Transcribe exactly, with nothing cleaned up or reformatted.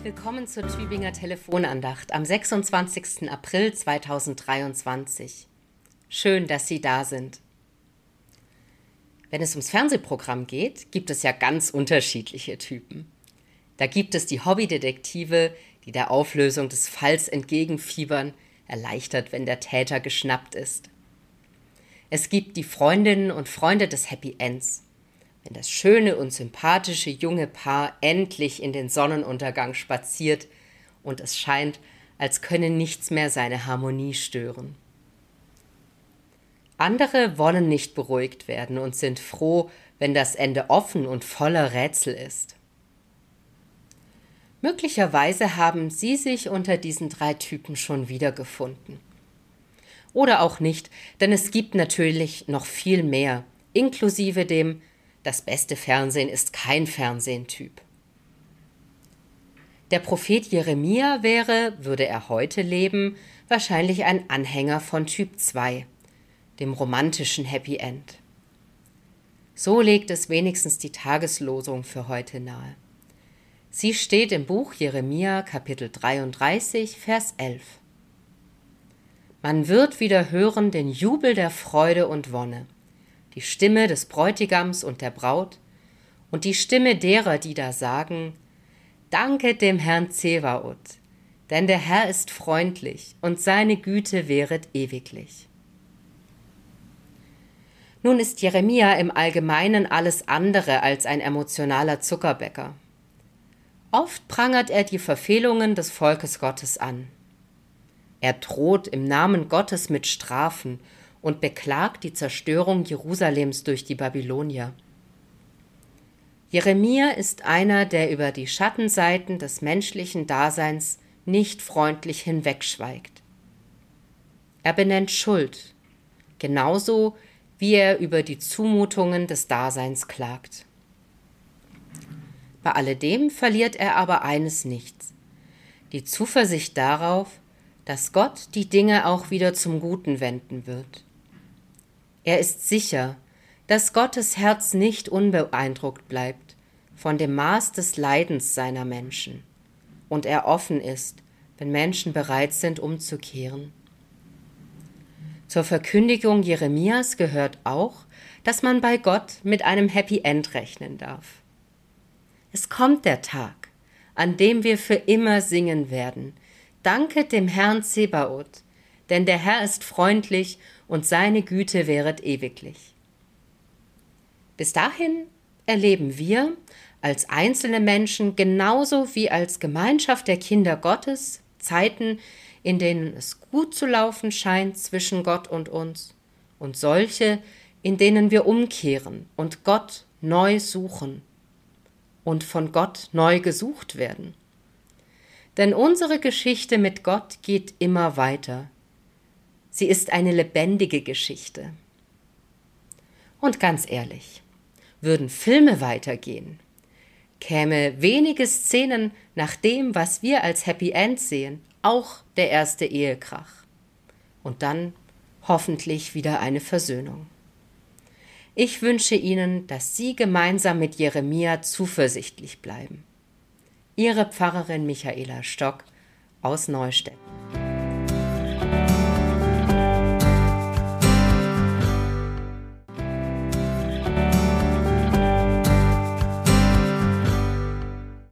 Willkommen zur Tübinger Telefonandacht am sechsundzwanzigsten April zweitausenddreiundzwanzig. Schön, dass Sie da sind. Wenn es ums Fernsehprogramm geht, gibt es ja ganz unterschiedliche Typen. Da gibt es die Hobbydetektive, die der Auflösung des Falls entgegenfiebern, erleichtert, wenn der Täter geschnappt ist. Es gibt die Freundinnen und Freunde des Happy Ends, wenn das schöne und sympathische junge Paar endlich in den Sonnenuntergang spaziert und es scheint, als könne nichts mehr seine Harmonie stören. Andere wollen nicht beruhigt werden und sind froh, wenn das Ende offen und voller Rätsel ist. Möglicherweise haben Sie sich unter diesen drei Typen schon wiedergefunden. Oder auch nicht, denn es gibt natürlich noch viel mehr, inklusive dem Das beste Fernsehen ist kein Fernsehen-Typ. Der Prophet Jeremia wäre, würde er heute leben, wahrscheinlich ein Anhänger von Typ zwei, dem romantischen Happy End. So legt es wenigstens die Tageslosung für heute nahe. Sie steht im Buch Jeremia, Kapitel dreiunddreißig, Vers elf. Man wird wieder hören den Jubel der Freude und Wonne, die Stimme des Bräutigams und der Braut und die Stimme derer, die da sagen: Danke dem Herrn Zebaoth, denn der Herr ist freundlich und seine Güte währet ewiglich. Nun ist Jeremia im Allgemeinen alles andere als ein emotionaler Zuckerbäcker. Oft prangert er die Verfehlungen des Volkes Gottes an. Er droht im Namen Gottes mit Strafen und beklagt die Zerstörung Jerusalems durch die Babylonier. Jeremia ist einer, der über die Schattenseiten des menschlichen Daseins nicht freundlich hinwegschweigt. Er benennt Schuld, genauso wie er über die Zumutungen des Daseins klagt. Bei alledem verliert er aber eines nicht: die Zuversicht darauf, dass Gott die Dinge auch wieder zum Guten wenden wird. Er ist sicher, dass Gottes Herz nicht unbeeindruckt bleibt von dem Maß des Leidens seiner Menschen und er offen ist, wenn Menschen bereit sind, umzukehren. Zur Verkündigung Jeremias gehört auch, dass man bei Gott mit einem Happy End rechnen darf. Es kommt der Tag, an dem wir für immer singen werden: Danke dem Herrn Zebaoth, denn der Herr ist freundlich und seine Güte währet ewiglich. Bis dahin erleben wir als einzelne Menschen genauso wie als Gemeinschaft der Kinder Gottes Zeiten, in denen es gut zu laufen scheint zwischen Gott und uns, und solche, in denen wir umkehren und Gott neu suchen und von Gott neu gesucht werden. Denn unsere Geschichte mit Gott geht immer weiter. Sie ist eine lebendige Geschichte. Und ganz ehrlich, würden Filme weitergehen, käme wenige Szenen nach dem, was wir als Happy End sehen, auch der erste Ehekrach. Und dann hoffentlich wieder eine Versöhnung. Ich wünsche Ihnen, dass Sie gemeinsam mit Jeremia zuversichtlich bleiben. Ihre Pfarrerin Michaela Stock aus Neustedt.